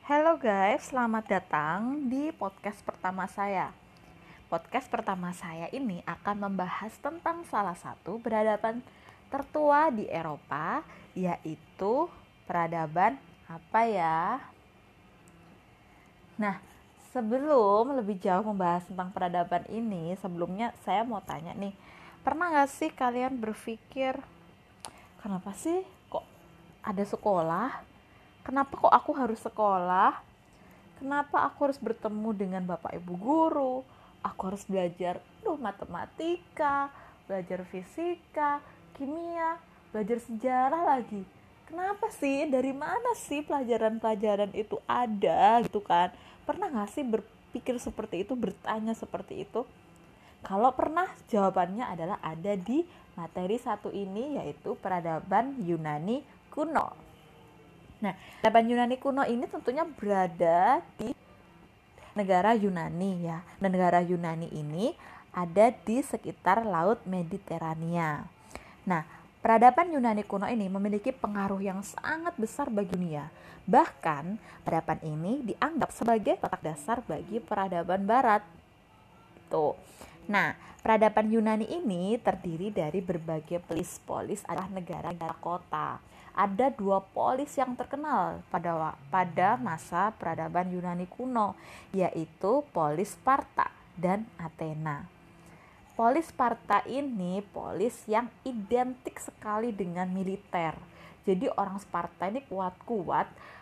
Halo guys, selamat datang di podcast pertama saya. Podcast pertama saya ini akan membahas tentang salah satu peradaban tertua di Eropa, yaitu peradaban apa ya? Nah, sebelum lebih jauh membahas tentang peradaban ini, sebelumnya saya mau tanya nih, pernah gak sih kalian berpikir, kenapa sih kok ada sekolah? Kenapa kok aku harus sekolah? Kenapa aku harus bertemu dengan bapak ibu guru? Aku harus belajar matematika, belajar fisika, kimia, belajar sejarah lagi. Kenapa sih? Dari mana sih pelajaran-pelajaran itu ada gitu kan? Pernah gak sih berpikir seperti itu, bertanya seperti itu? Kalau pernah, jawabannya adalah ada di materi satu ini, yaitu peradaban Yunani kuno. Nah, peradaban Yunani kuno ini tentunya berada di negara Yunani ya. Negara Yunani ini ada di sekitar Laut Mediterania. Nah, peradaban Yunani kuno ini memiliki pengaruh yang sangat besar bagi dunia. Bahkan, peradaban ini dianggap sebagai otak dasar bagi peradaban barat. Tuh. Nah, peradaban Yunani ini terdiri dari berbagai polis adalah negara-negara kota. Ada 2 polis yang terkenal pada masa peradaban Yunani kuno, yaitu polis Sparta dan Athena. Polis Sparta ini polis yang identik sekali dengan militer. Jadi orang Sparta ini kuat-kuat,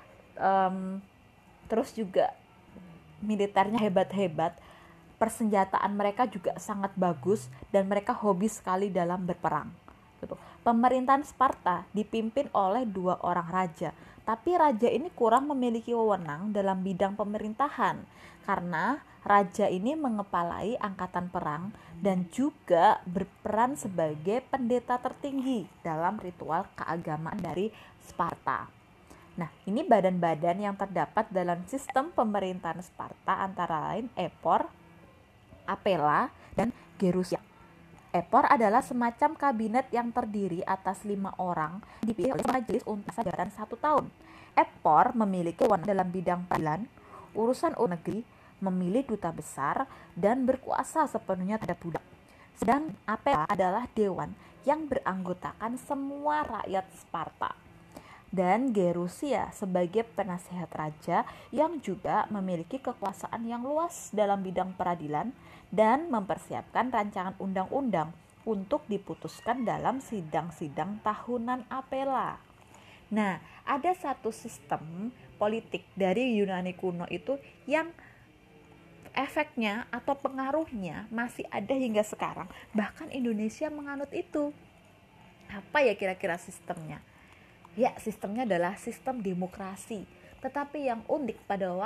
terus juga militernya hebat-hebat. Persenjataan mereka juga sangat bagus dan mereka hobi sekali dalam berperang. Pemerintahan Sparta dipimpin oleh 2 orang raja, tapi raja ini kurang memiliki wewenang dalam bidang pemerintahan karena raja ini mengepalai angkatan perang dan juga berperan sebagai pendeta tertinggi dalam ritual keagamaan dari Sparta. Nah, ini badan-badan yang terdapat dalam sistem pemerintahan Sparta antara lain Epor, Apella, dan Gerusia. Epor adalah semacam kabinet yang terdiri atas 5 orang dipilih oleh majelis untuk masa jabatan 1 tahun. Epor memiliki wewenang dalam bidang peradilan, urusan negeri, memilih duta besar, dan berkuasa sepenuhnya terhadap budak. Sedang Apella adalah dewan yang beranggotakan semua rakyat Sparta. Dan Gerusia sebagai penasihat raja yang juga memiliki kekuasaan yang luas dalam bidang peradilan dan mempersiapkan rancangan undang-undang untuk diputuskan dalam sidang-sidang tahunan Apella. Nah, ada satu sistem politik dari Yunani kuno itu yang efeknya atau pengaruhnya masih ada hingga sekarang. Bahkan Indonesia menganut itu. Apa ya kira-kira sistemnya? Ya, sistemnya adalah sistem demokrasi. Tetapi yang unik pada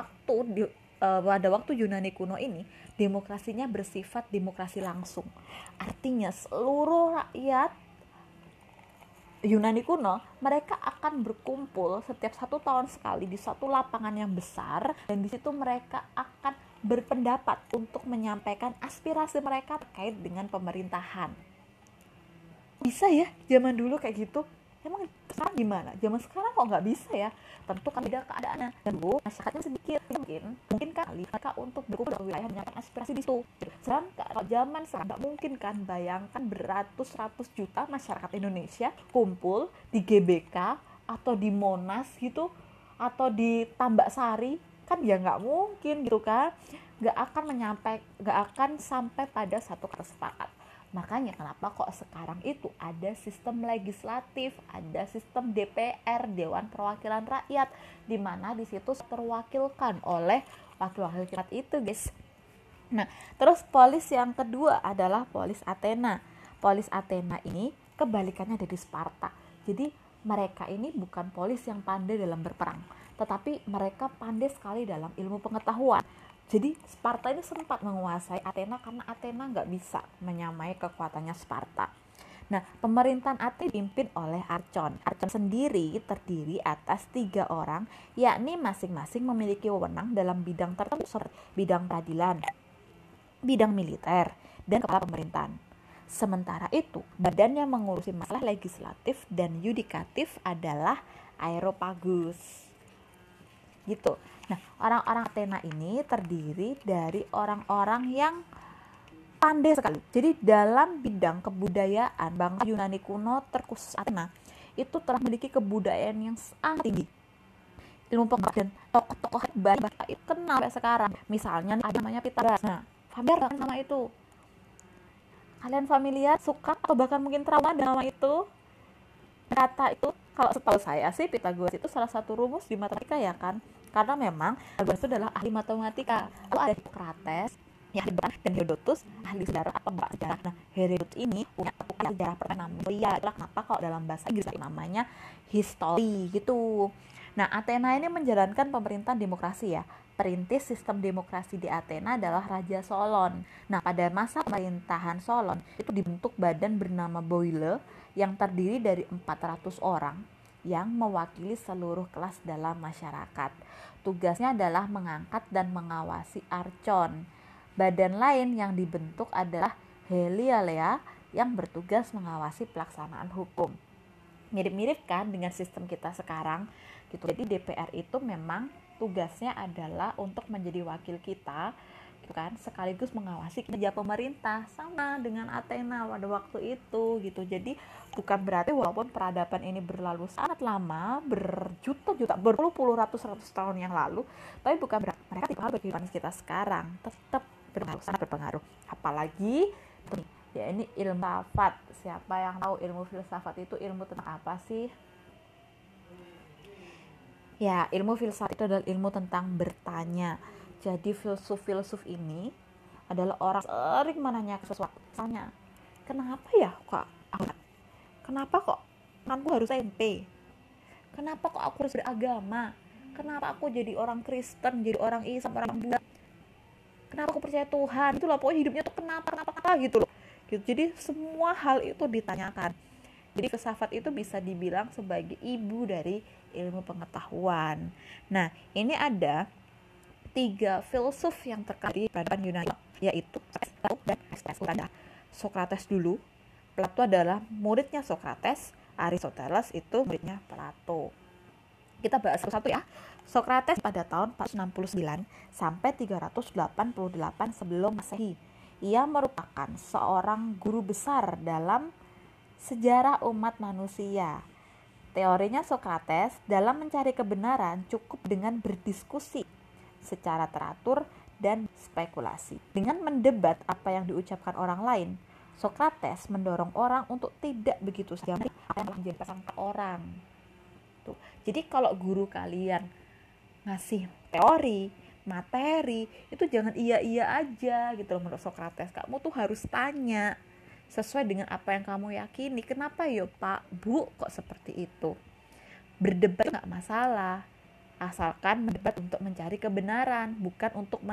waktu Yunani kuno ini, demokrasinya bersifat demokrasi langsung. Artinya seluruh rakyat Yunani kuno, mereka akan berkumpul setiap 1 tahun sekali di satu lapangan yang besar, dan di situ mereka akan berpendapat untuk menyampaikan aspirasi mereka terkait dengan pemerintahan. Bisa ya zaman dulu kayak gitu? Emang sekarang gimana? Zaman sekarang kok nggak bisa ya? Tentu kan beda keadaannya. Dan dulu masyarakatnya sedikit, mungkin kan mereka untuk berkumpul di wilayah menyampaikan aspirasi di situ. Sedangkan kalau zaman sekarang nggak mungkin kan, bayangkan beratus-ratus juta masyarakat Indonesia kumpul di GBK atau di Monas gitu, atau di Tambak Sari, kan ya nggak mungkin gitu kan? Nggak akan sampai pada satu kata sepakat. Makanya kenapa kok sekarang itu ada sistem legislatif, ada sistem DPR, Dewan Perwakilan Rakyat, di mana di situ terwakilkan oleh wakil-wakil rakyat itu, guys. Nah, terus polis yang kedua adalah polis Athena. Polis Athena ini kebalikannya dari Sparta. Jadi mereka ini bukan polis yang pandai dalam berperang, tetapi mereka pandai sekali dalam ilmu pengetahuan. Jadi Sparta ini sempat menguasai Athena karena Athena nggak bisa menyamai kekuatannya Sparta. Nah, pemerintahan Athena dipimpin oleh Archon. Archon sendiri terdiri atas 3 orang, yakni masing-masing memiliki wewenang dalam bidang tertentu seperti bidang peradilan, bidang militer, dan kepala pemerintahan. Sementara itu, badan yang mengurusi masalah legislatif dan yudikatif adalah Areopagus. gitu. Nah, orang-orang Athena ini terdiri dari orang-orang yang pandai sekali. Jadi dalam bidang kebudayaan, bangsa Yunani kuno terkhusus Athena itu telah memiliki kebudayaan yang sangat tinggi. Ilmu pengetahuan dan tokoh-tokoh hebat itu kenal sampai sekarang. Misalnya ada namanya Pythagoras. Nah, familiar kan sama itu? Kalian familiar, suka atau bahkan mungkin trauma dengan nama itu? Kata itu, kalau setahu saya sih Pythagoras itu salah satu rumus di matematika ya kan? Karena memang Pythagoras itu adalah ahli matematika. Lalu ada Hippocrates, ya, dan Herodotus, ahli sejarah atau mbak sejarah. Nah, Herodotus ini punya sejarah pertama. Iya, itulah kenapa kalau dalam bahasa Inggris namanya history gitu. Nah, Athena ini menjalankan pemerintahan demokrasi ya. Perintis sistem demokrasi di Athena adalah Raja Solon. Nah, pada masa pemerintahan Solon itu dibentuk badan bernama Boile yang terdiri dari 400 orang yang mewakili seluruh kelas dalam masyarakat. Tugasnya adalah mengangkat dan mengawasi archon. Badan lain yang dibentuk adalah Helialea yang bertugas mengawasi pelaksanaan hukum. Mirip-mirip kan dengan sistem kita sekarang gitu. Jadi DPR itu memang tugasnya adalah untuk menjadi wakil kita gitu kan, sekaligus mengawasi kerja pemerintah, sama dengan Athena pada waktu itu gitu. Jadi bukan berarti walaupun peradaban ini berlalu sangat lama, berjuta-juta, berpuluh-puluh ratus tahun yang lalu, tapi bukan berarti mereka tidak bagi kehidupan kita sekarang. Tetap berpengaruh, sangat berpengaruh. Apalagi ya ini ilmu filsafat. Siapa yang tahu ilmu filsafat itu ilmu tentang apa sih? Ya, ilmu filsafat itu adalah ilmu tentang bertanya. Jadi filsuf ini adalah orang sering menanyakan sesuatu. Misalnya, kenapa ya kok kenapa kok aku harus SMP? Kenapa kok aku harus beragama? Kenapa aku jadi orang Kristen, jadi orang Islam, orang Buddha? Kenapa aku percaya Tuhan? Itu loh, pokoknya hidupnya tuh kenapa gitu loh. Gitu. Jadi semua hal itu ditanyakan. Jadi filsafat itu bisa dibilang sebagai ibu dari ilmu pengetahuan. Nah, ini ada 3 filsuf yang terkenal di peradaban Yunani, yaitu Plato dan Aristoteles. Sokrates dulu. Plato adalah muridnya Sokrates, Aristoteles itu muridnya Plato. Kita bahas satu-satu ya. Sokrates pada tahun 469 sampai 388 sebelum Masehi. Ia merupakan seorang guru besar dalam sejarah umat manusia. Teorinya Sokrates dalam mencari kebenaran cukup dengan berdiskusi secara teratur dan spekulasi. Dengan mendebat apa yang diucapkan orang lain, Sokrates mendorong orang untuk tidak begitu saja apa yang menjadi prasangka orang. Tuh. Jadi kalau guru kalian ngasih teori, materi, itu jangan iya-iya aja gitu loh menurut Sokrates. Kamu tuh harus tanya sesuai dengan apa yang kamu yakini. Kenapa ya Pak, Bu kok seperti itu? Berdebat nggak masalah, asalkan mendebat untuk mencari kebenaran, bukan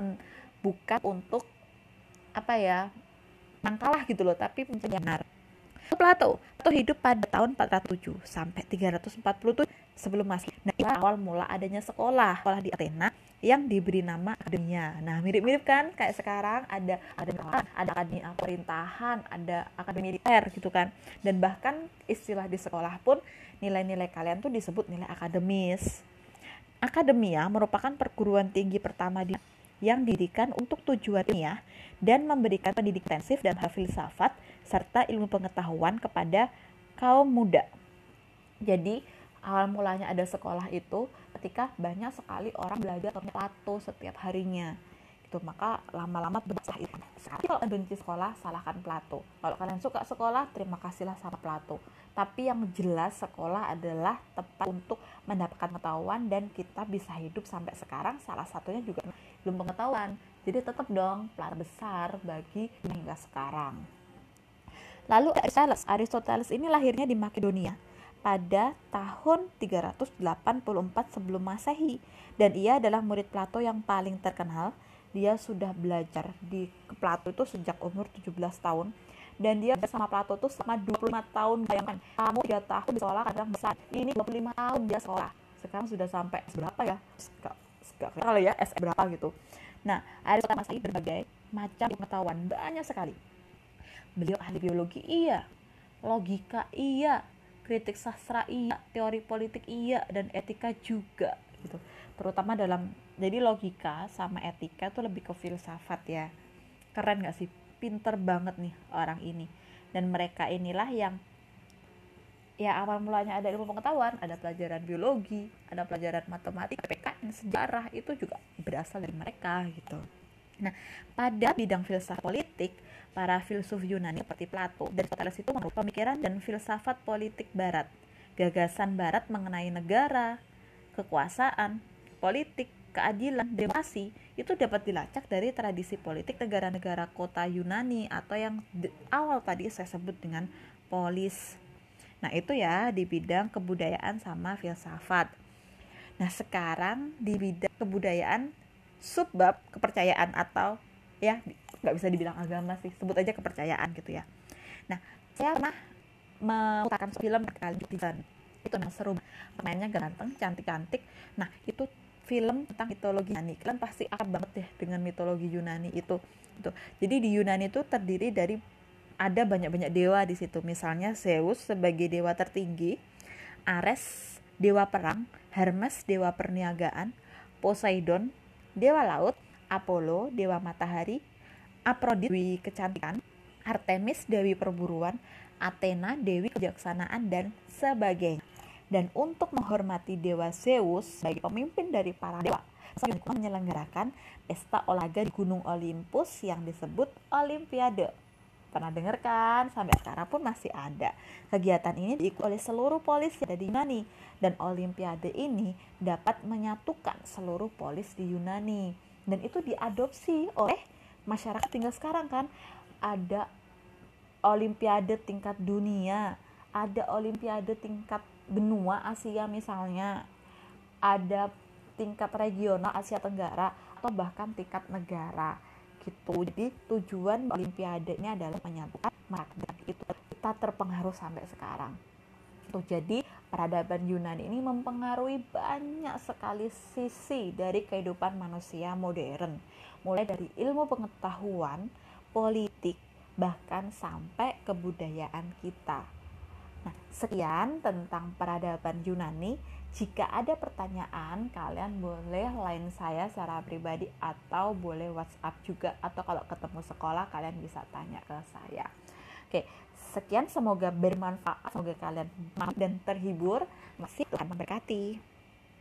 untuk apa ya, mangkalah gitu loh, tapi mencari benar. Plato hidup pada tahun 407 sampai 347 sebelum Masehi. Nah, itu awal mula adanya sekolah di Athena yang diberi nama Akademia. Nah, mirip-mirip kan kayak sekarang ada akademi pemerintahan, ada akademi militer gitu kan. Dan bahkan istilah di sekolah pun nilai-nilai kalian tuh disebut nilai akademis. Akademia merupakan perguruan tinggi pertama yang didirikan untuk tujuan ilmiah dan memberikan pendidikan intensif dan filsafat serta ilmu pengetahuan kepada kaum muda. Jadi awal mulanya ada sekolah itu ketika banyak sekali orang belajar tentang Plato setiap harinya. Gitu, maka lama-lama berubah itu. Tapi kalau benci sekolah, salahkan Plato. Kalau kalian suka sekolah, terima kasihlah sama Plato. Tapi yang jelas sekolah adalah tempat untuk mendapatkan pengetahuan dan kita bisa hidup sampai sekarang. Salah satunya juga ilmu pengetahuan. Jadi tetap dong pelar besar bagi hingga sekarang. Lalu Aristoteles ini lahirnya di Makedonia pada tahun 384 sebelum Masehi dan ia adalah murid Plato yang paling terkenal. Dia sudah belajar di Plato itu sejak umur 17 tahun dan dia bersama Plato itu selama 25 tahun. Bayangkan, kamu 3 tahun di sekolah kadang besar, ini 25 tahun dia sekolah. Sekarang sudah sampai berapa ya? Kalau ya S berapa gitu. Nah, Aristoteles ini berbagai macam pengetahuan, banyak sekali. Beliau ahli biologi iya, logika iya, kritik sastra iya, teori politik iya, dan etika juga gitu. Terutama dalam, jadi logika sama etika tuh lebih ke filsafat ya. Keren gak sih? Pinter banget nih orang ini. Dan mereka inilah yang ya awal mulanya ada ilmu pengetahuan, ada pelajaran biologi, ada pelajaran matematika, PKN, sejarah, itu juga berasal dari mereka gitu. Nah, pada bidang filsafat politik, para filsuf Yunani seperti Plato dan Aristoteles itu menganut pemikiran dan filsafat politik Barat. Gagasan Barat mengenai negara, kekuasaan, politik, keadilan, demokrasi itu dapat dilacak dari tradisi politik negara-negara kota Yunani atau yang awal tadi saya sebut dengan polis. Nah, itu ya di bidang kebudayaan sama filsafat. Nah, sekarang di bidang kebudayaan subbab kepercayaan atau ya nggak bisa dibilang agama sih, sebut aja kepercayaan gitu ya. Nah, saya pernah memutarkan film berkali itu yang seru, pemainnya ganteng, cantik-cantik. Nah, itu film tentang mitologi Yunani. Kalian pasti akrab banget ya dengan mitologi Yunani itu. Jadi di Yunani itu terdiri dari ada banyak-banyak dewa di situ. Misalnya Zeus sebagai dewa tertinggi, Ares dewa perang, Hermes dewa perniagaan, Poseidon dewa laut, Apollo dewa matahari, Aphrodite dewi kecantikan, Artemis dewi perburuan, Athena dewi kejaksanaan dan sebagainya. Dan untuk menghormati dewa Zeus sebagai pemimpin dari para dewa, selanjutnya menyelenggarakan pesta olahraga di Gunung Olympus yang disebut Olimpiade. Pernah dengar kan? Sampai sekarang pun masih ada. Kegiatan ini diikuti oleh seluruh polis yang ada di Yunani, dan Olimpiade ini dapat menyatukan seluruh polis di Yunani, dan itu diadopsi oleh masyarakat tinggal sekarang kan. Ada Olimpiade tingkat dunia, ada Olimpiade tingkat benua Asia misalnya, ada tingkat regional Asia Tenggara, atau bahkan tingkat negara gitu. Jadi tujuan Olimpiade ini adalah menyatukan masyarakat, itu kita terpengaruh sampai sekarang. Jadi peradaban Yunani ini mempengaruhi banyak sekali sisi dari kehidupan manusia modern, mulai dari ilmu pengetahuan, politik, bahkan sampai kebudayaan kita. Nah, sekian tentang peradaban Yunani. Jika ada pertanyaan, kalian boleh line saya secara pribadi atau boleh WhatsApp juga, atau kalau ketemu sekolah kalian bisa tanya ke saya. Oke, sekian, semoga bermanfaat, semoga kalian dan terhibur. Masih Tuhan memberkati.